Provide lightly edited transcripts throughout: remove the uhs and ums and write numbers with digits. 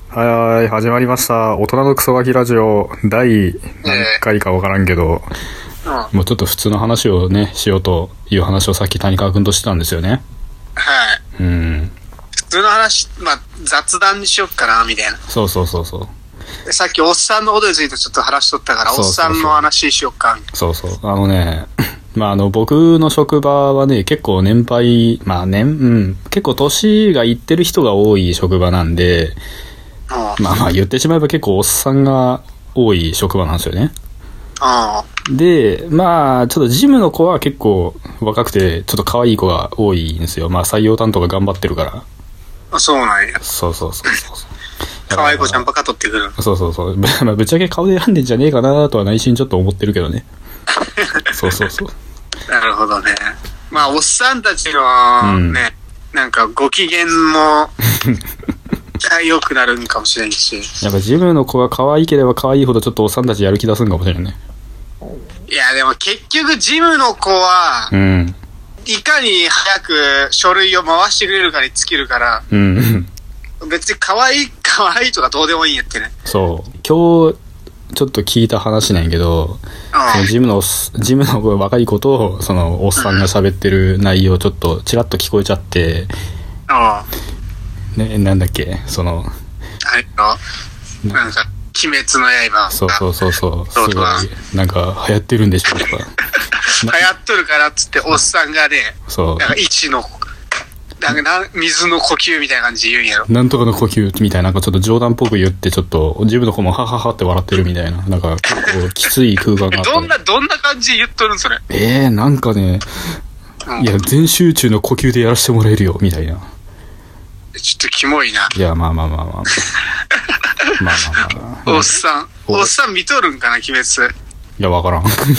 はいはい、始まりました。大人のクソガキラジオ第何回かわからんけど、もうちょっと普通の話をね、しようという話をさっき谷川くんとしてたんですよね。 はい。普通の話、雑談にしよっかな、みたいな。 そうそう。 さっきおっさんのことについてちょっと話しとったから、おっさんの話しよっか、みたいな。 そう。僕の職場はね、結構年配、結構年がいってる人が多い職場なんで、言ってしまえば結構おっさんが多い職場なんですよね。で、ちょっとジムの子は結構若くて、ちょっと可愛い子が多いんですよ。採用担当が頑張ってるから。 そうなんや。 そう。 可愛い子ちゃんばっか取ってくる。 そう。ぶっちゃけ顔で選んでんじゃねえかなとは内心ちょっと思ってるけどね。そう。 なるほどね。おっさんたちのね、なんかご機嫌も良くなるんかもしれんし。 やっぱジムの子が可愛ければ可愛いほどちょっとおっさんたちやる気出すんかもしれんね。 いやでも結局ジムの子は、いかに早く書類を回してくれるかに尽きるから、別に可愛いとかどうでもいいんやってね。 そう。今日ちょっと聞いた話なんやけど、そのジムの若い子とそのおっさんが喋ってる内容ちょっとチラッと聞こえちゃって、ね、なんだっけ、そのあれのなんか鬼滅の刃。 そう。すごいなんか流行ってるんでしょとか。 流行っとるからっつっておっさんがね、なんか一の水の呼吸みたいな感じで言うんやろ。 なんとかの呼吸みたいな、なんかちょっと冗談っぽく言って、ちょっと自分の子もハハハって笑ってるみたいな、なんか結構きつい空間があった。 どんな感じで言っとるんそれ。 なんかね、いや全集中の呼吸でやらせてもらえるよみたいな。 ちょっとキモいな。 いやおっさん見とるんかな、鬼滅。 いやわからん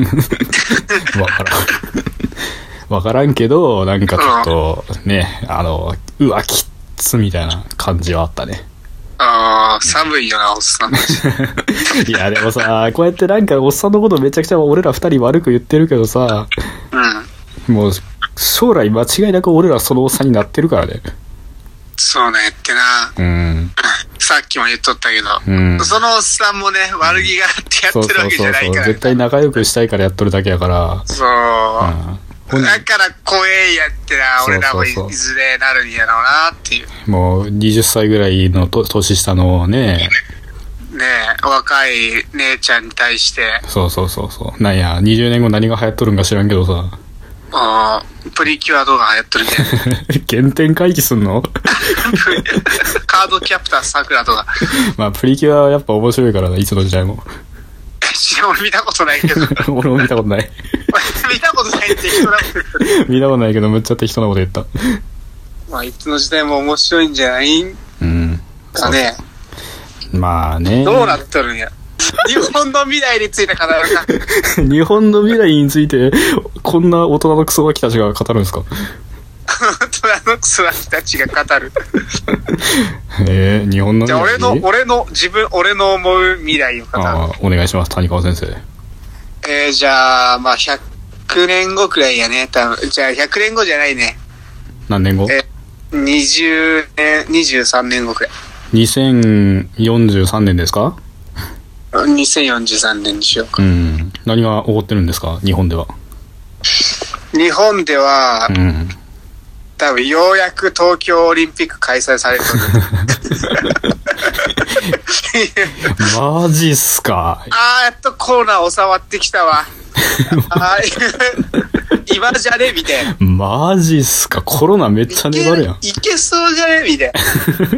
わからんけど、なんかちょっとね、うわきっつみたいな感じはあったね。 寒いよなおっさんいやでもさ、こうやってなんかおっさんのことめちゃくちゃ俺ら二人悪く言ってるけどさ、もう将来間違いなく俺らそのおっさんになってるからね。 そうねってな。さっきも言っとったけど、そのおっさんもね、悪気があってやってるわけじゃないから。 絶対仲良くしたいからやっとるだけやから。 そう。だから怖えやってな、俺らもいずれなるんやろうなっていう。 もう20歳ぐらいの年下のね、 若い姉ちゃんに対して。 そう。なんや、20年後何が流行っとるんか知らんけどさ。 プリキュア動画流行っとるね。 原点回帰すんのカードキャプターさくらとか。 プリキュアはやっぱ面白いからな、いつの時代も。 俺見たことないけど。 俺も見たことない。 見たことないって適当なこと言った。 見たことないけどむっちゃ適当なこと言った。 いつの時代も面白いんじゃないかね。どうなっとるんや。日本の未来について語るか。 日本の未来についてこんな大人のクソガキたちが語るんですか。 大人のクソガキたちが語る。 日本の未来。 じゃあ俺の思う未来を語る。 お願いします、谷川先生。 じゃあ100年後くらいやね。多分じゃあ100年後じゃないね。 何年後 ？20年23年後くらい。 2043年ですか ？2043年にしようか。 何が起こってるんですか、日本では。 日本では、多分ようやく東京オリンピック開催される。 マジっすか。 やっとコロナ収まってきたわ。今じゃねみたいな。 マジっすか。コロナめっちゃ粘るやん。 いけそうじゃねみたいな。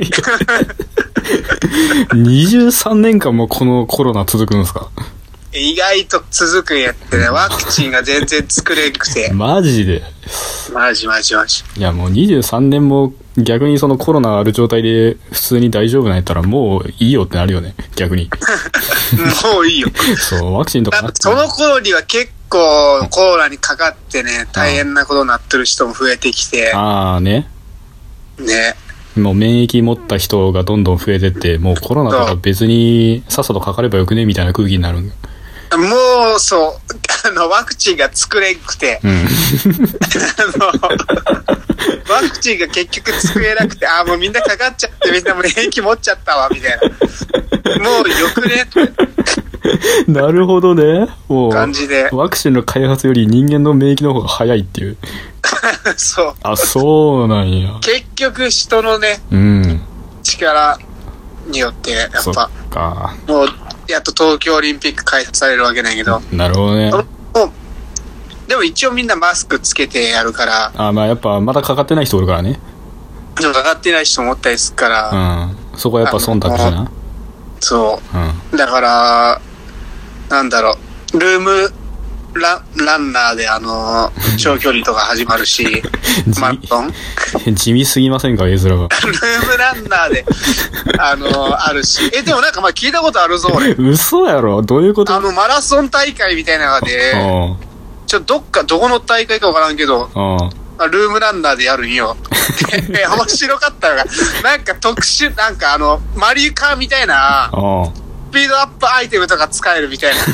23年間もこのコロナ続くんですか。 意外と続くんやってね。ワクチンが全然作れんくて。 マジで。 マジ。 いやもう23年も逆にそのコロナある状態で普通に大丈夫なんやったらもういいよってなるよね、逆に。 もういいよ。 そう、ワクチンとか。 その頃には結構コロナにかかってね、大変なことになってる人も増えてきて。 もう免疫持った人がどんどん増えてって、もうコロナとか別にさっさとかかればよくねみたいな空気になる。 もうそうワクチンが作れんくて、 ワクチンが結局作れなくて、もうみんなかかっちゃって、みんなもう免疫持っちゃったわ、みたいな。もうよくねって。 なるほどね。もう、 感じで。 ワクチンの開発より人間の免疫の方が早いっていう。 そう。 あ、そうなんや。 結局人のね、力によって、やっぱ、もう、やっと東京オリンピック開催されるわけないけど。 なるほどね。 でも一応みんなマスクつけてやるから。 まあやっぱまだかかってない人おるからね。 でもかかってない人もおったりするから。 そこはやっぱ忖度しな。 そう。だから、なんだろう、ルームランナーで長距離とか始まるし、マラソン地味すぎませんか、絵面が。 ルームランナーで、あるし。でもなんか聞いたことあるぞ、俺。 嘘やろ、どういうこと？ マラソン大会みたいなので、どこの大会かわからんけど、ルームランナーでやるんよ。で、面白かったのが、なんか特殊、なんかマリカみたいな、スピードアップアイテムとか使えるみたいな。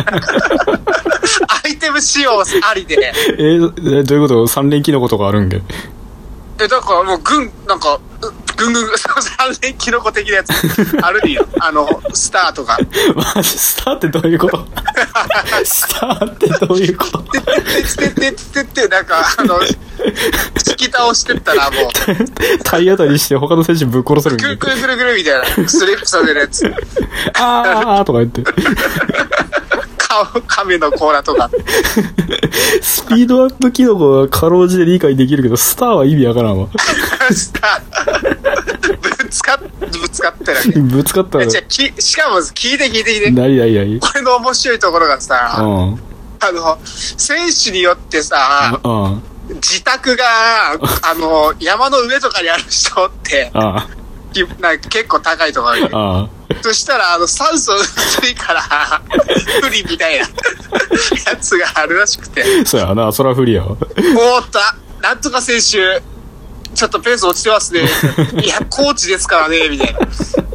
アイテム使用ありで。 どういうこと？三連キノコとかあるんけ？ だからもうなんか、ぐん三連キノコ的なやつあるんよ。スターとか。 マジスターってどういうこと？スターってどういうこと？ ってなんか突き倒してったらもう体当たりして他の選手ぶっ殺せるんぐるぐるぐるぐるみたいなスリップさせるやつ。 あーとか言って亀の甲羅とか。 スピードアップ機能はかろうじて理解できるけど、スターは意味わからんわ。 スターぶつかったらね。 ぶつかったら。 しかも聞いて。 何これの面白いところがさ、選手によってさ、自宅が山の上とかにある人って、なんか結構高いところに。そしたら酸素薄いから不利みたいなやつがあるらしくて。 そうやな、そら不利やわ。 なんとか選手ちょっとペース落ちてますね。いやコーチですからねみたいな。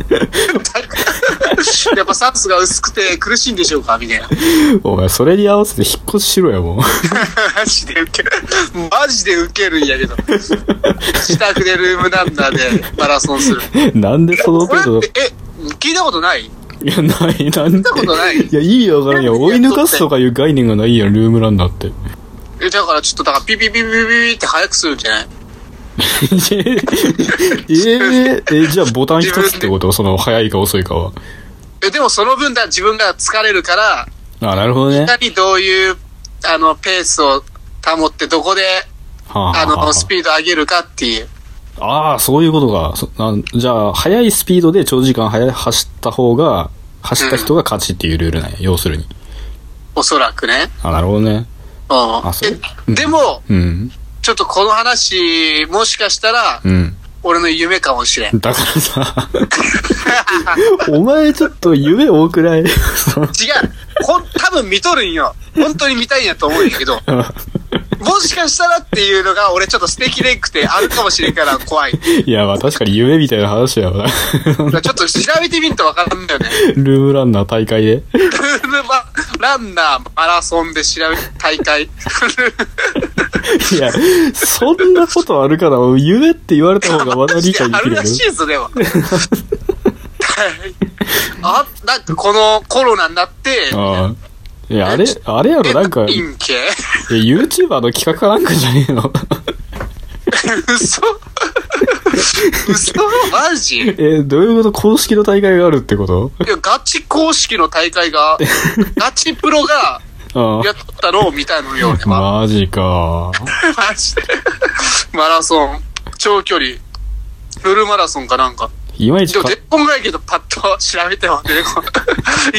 やっぱ酸素が薄くて苦しいんでしょうかみたいな。 お前それに合わせて引っ越ししろやもう。 マジでウケるんやけど。自宅でルームランナーでマラソンする。 なんでその程度？ 聞いたことない？ いや、ない。 聞いたことない？ いや、意味わからんや。追い抜かすとかいう概念がないやん、ルームランナーって。 だからちょっと、だからピピピピピピって早くするんじゃない？ じゃあボタン一つってこと？その、早いか遅いかは。 でもその分だ、自分が疲れるから、 なるほどね。 いかにどういう、ペースを保って、どこで、スピード上げるかっていう。 そういうことか。じゃあ、速いスピードで長時間走った人が勝ちっていうルールなんや、要するに。 おそらくね。 なるほどね。 でも、ちょっとこの話、もしかしたら、俺の夢かもしれん。 だからさ、お前ちょっと夢多くない？違う。 多分見とるんよ。本当に見たいんやと思うんやけど。もしかしたらっていうのが俺ちょっと素敵でくてあるかもしれんから怖い。 いや、まあ確かに夢みたいな話やわな。 ちょっと調べてみんとわからんだよね。 ルームランナー大会で。 ルームランナーマラソンで調べ大会。いや、そんなことあるから、夢って言われた方がまだ理解できる。 あるらしいぞ、でも。なんかこのコロナになって、 いや、あれやろ、なんか、YouTuber の企画かなんかじゃねえの？ 嘘マジ？ どういうこと？公式の大会があるってこと？ いや、ガチ公式の大会が、ガチプロが、やったのを見たのよ、俺は。 マジか。 マジで。マラソン、長距離、フルマラソンかなんか。 いまいちでも、絶本ぐらいけど、パッと調べても出てこない。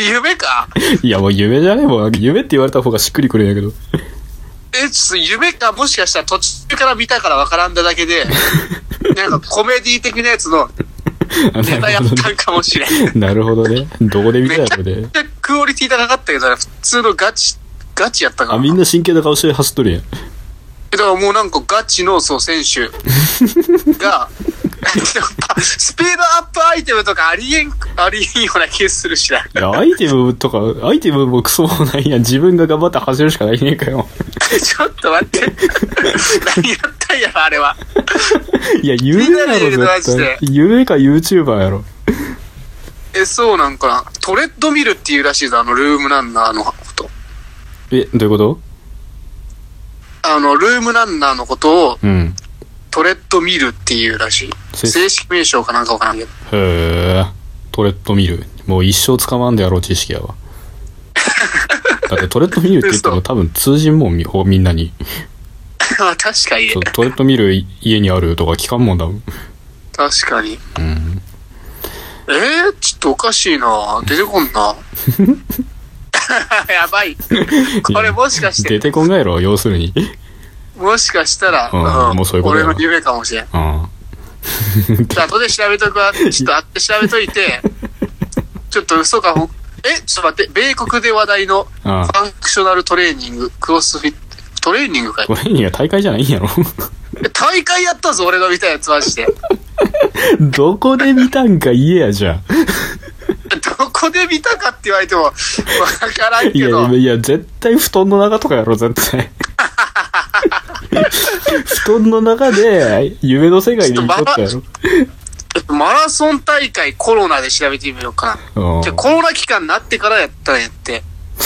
夢か？ いや、もう夢じゃねえもん。夢って言われた方がしっくりくるんやけど。 ちょっと夢か、もしかしたら途中から見たからわからんだけで、なんかコメディ的なやつのネタやったんかもしれん。 なるほどね。どこで見たやろね。 めちゃくちゃクオリティ高かったけど、普通のガチやったから。 みんな真剣な顔して走っとるやん。 だからもうなんかガチの選手が、スピードアップアイテムとかありえんような気するしな。いや、アイテムもクソもないやん。自分が頑張って走るしかないねんかよ。 ちょっと待って。何やったないやろ、あれは。 いや、夢やろ、絶対。夢か YouTuber やろ。 そうなんかな。トレッドミルっていうらしいぞ、ルームランナーのこと。 どういうこと？ ルームランナーのことを、 うん。 トレッドミルっていうらしい。正式名称かなんかわからんけど。 へー。トレッドミル。もう一生捕まんでやろう知識やわ。だってトレッドミルって言っても多分通じんもん、みんなに。 確かに。 トレッドミル家にあるとか聞かんもんだもん。 確かに。 うん。 ちょっとおかしいな。出てこんな。やばい。これもしかして。 出てこんがやろ、要するに。 もしかしたら、 もうそういうこと俺の夢かもしれん。後で調べとくわ。ちょっと会って調べといて、ちょっと嘘かちょっと待って、米国で話題のファンクショナルトレーニング、クロスフィット、トレーニングかい？ トレーニングは大会じゃないんやろ？ 大会やったぞ、俺の見たやつマジで。 どこで見たんか言えや、じゃあ。 どこで見たかって言われても、わからんけど。 いや、絶対布団の中とかやろ、絶対。布団の中で、夢の世界に見とったやろ。 マラソン大会コロナで調べてみようかな。コロナ期間になってからやったんやって。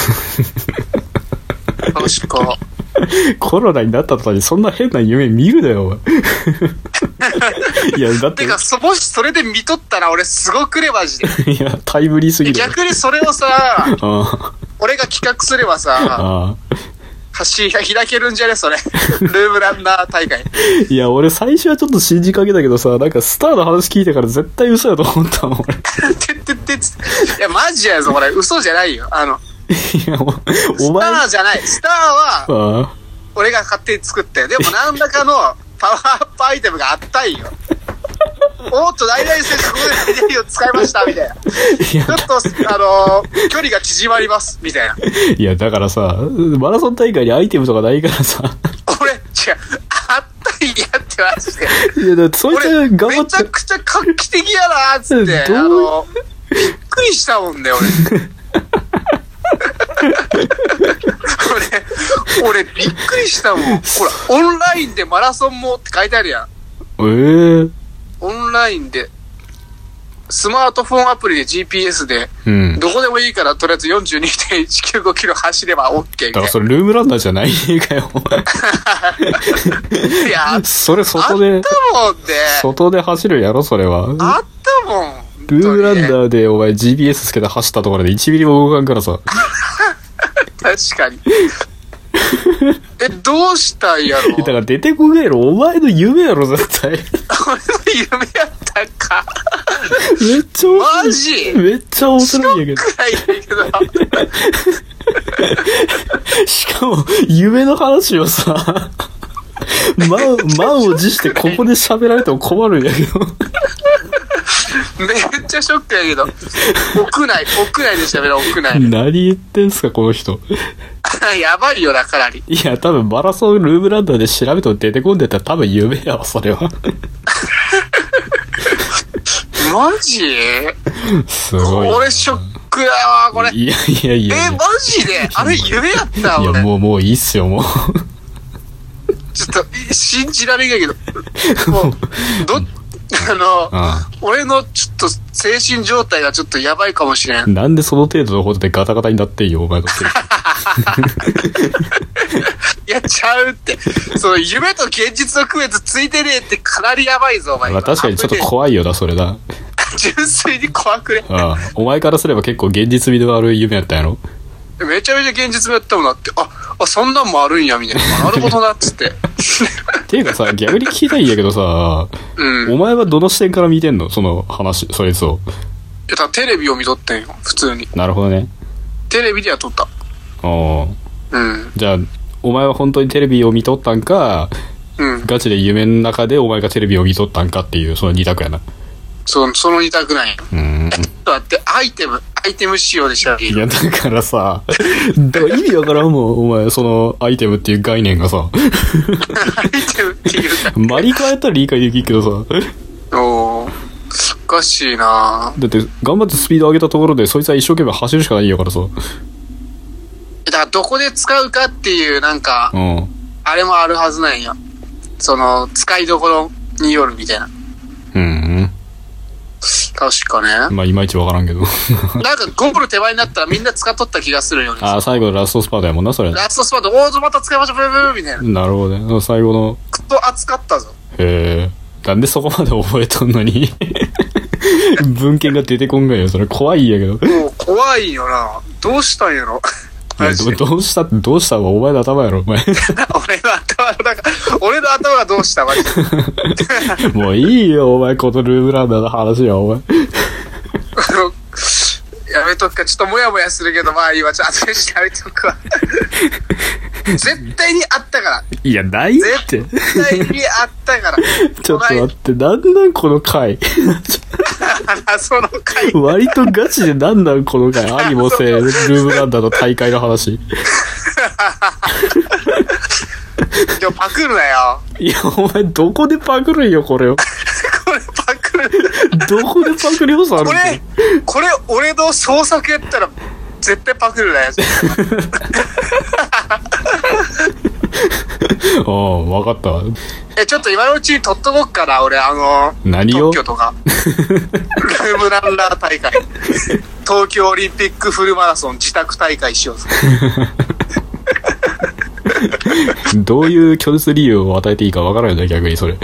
確か。 コロナになったとかにそんな変な夢見るなよ。いや、だって。 てか、もしそれで見とったら俺すごくね、マジで。 いや、タイムリーすぎる。 逆にそれをさ、俺が企画すればさ、橋開けるんじゃねそれ。ルームランナー大会。 いや、俺最初はちょっと信じかけたけどさ、なんかスターの話聞いてから絶対嘘やと思ったもん、俺。いや、マジやぞ、これ。嘘じゃないよ。 いや、お前。 スターじゃない。スターは、俺が勝手に作ったよ。でも何らかのパワーアップアイテムがあったんよ。おっと、大々選手、ここでエネルギーを使いました、みたいな。ちょっと、距離が縮まります、みたいな。 いや、だからさ、マラソン大会にアイテムとかないからさ。 俺、違う、あったんやってマジで。 いや、だってそいつが頑張って。 めちゃくちゃ画期的やなーっつって、びっくりしたもんね、俺びっくりしたもん。ほら、オンラインでマラソンもって書いてあるやん。オンラインで、スマートフォンアプリで GPS で、どこでもいいからとりあえず 42.195 キロ走れば OK みたいな。 だからそれルームランナーじゃないかよ。 いや、 それ外で、 あったもんね。 外で走るやろ、それは。 あったもん。 ルームランナーでお前 GPS つけて走ったところで1ミリも動かんからさ。 確かに。どうしたんやろ。 だから出てこねえろ、お前の夢やろ、絶対。 俺の夢やったか。 めっちゃ面白い。 マジ？ めっちゃ面白いんやけど。 ショックないんだけど。しかも、夢の話をさ、満を持してここで喋られても困るんやけど。 めっちゃショックやけど。屋内で喋ろう、屋内で。 何言ってんすか、この人。 やばいよな、かなり。 いや、多分マラソンルームランナーで調べと出てこんでたら多分夢やわ、それは。 マジ？ すごい。 俺ショックやわ、これ。 いや。 マジで？あれ夢やったわ、 いや、もういいっすよ、もう。 ちょっと、信じられんやけど。もう、俺のちょっと精神状態がちょっとやばいかもしれん。 なんでその程度のことでガタガタになってんよ、お前のせい。 やっちゃうって。その夢と現実の区別ついてねえってかなりやばいぞ、お前。 まあ確かにちょっと怖いよな、それな。 純粋に怖くね。 お前からすれば結構現実味のある夢やったんやろ？ めちゃめちゃ現実味やったもんなって。そんなんもあるんや、みたいな。なるほどな、っつって。 っていうかさ、逆に聞きたいんやけどさ、お前はどの視点から見てんの？その話、そいつを。 テレビを見とってんよ、普通に。 なるほどね。 テレビでは撮った。じゃあ、お前は本当にテレビを見とったんか、ガチで夢の中でお前がテレビを見とったんかっていう、その二択やな。 その二択なんや。ちょっと待って、アイテム仕様でしたっけ？ いや、だからさ、意味わからんもん、お前、その、アイテムっていう概念がさ。 アイテムっていうか。 マリカやったら理解できるけどさ。 おかしいな。 だって、頑張ってスピード上げたところで、そいつは一生懸命走るしかないんやからさ。 だから、どこで使うかっていう、なんか、あれもあるはずなんや。 その、使いどころによるみたいな。 うん。 確かね。 まあ、いまいちわからんけど。 なんかゴール手前になったらみんな使っとった気がするよね。 ああ、最後のラストスパートやもんな、それ。 ラストスパート、おー、また使いましょう、ブーブーみたいな。 なるほどね。最後の。 くっと熱かったぞ。 へえ。なんでそこまで覚えとんのに。文献が出てこんがよ。それ怖いんやけど。 もう怖いよな。どうしたんやろ。 いやどうしたお前の頭やろ、お前。 俺の頭がどうしたマジで。 もういいよ、お前、このルームランナーの話や、お前。 やめとくか、ちょっともやもやするけど、まあいいわ、ちょっと後でやめとくわ。絶対にあったから。 いや、ないって。 絶対にあったから。 ちょっと待って、なんこの回。 その回。 割とガチでなんこの回。アニモセルームランナーの大会の話。 でもパクるなよ。 いや、お前、どこでパクるんよ、これを。 これパクる。 どこでパクる要素あるんこれ、俺の創作やったら、絶対パクるなよ。 ああ、わかったわ。 ちょっと今のうちに撮っとこっかな、俺、 何を特許とか。ルームランナー大会。東京オリンピックフルマラソン自宅大会しようぜ。 どういう拒絶理由を与えていいかわからんよね、逆にそれ。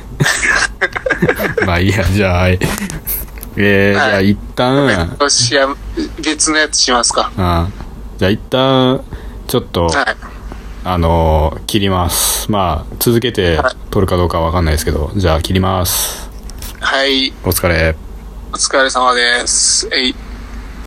まあいいや、じゃあ、はい。じゃあ一旦。 よし、別のやつしますか。 じゃあ一旦、ちょっと、はい、切ります。まあ、続けて撮るかどうかわかんないですけど、じゃあ切ります。 はい。 お疲れ。 お疲れ様です。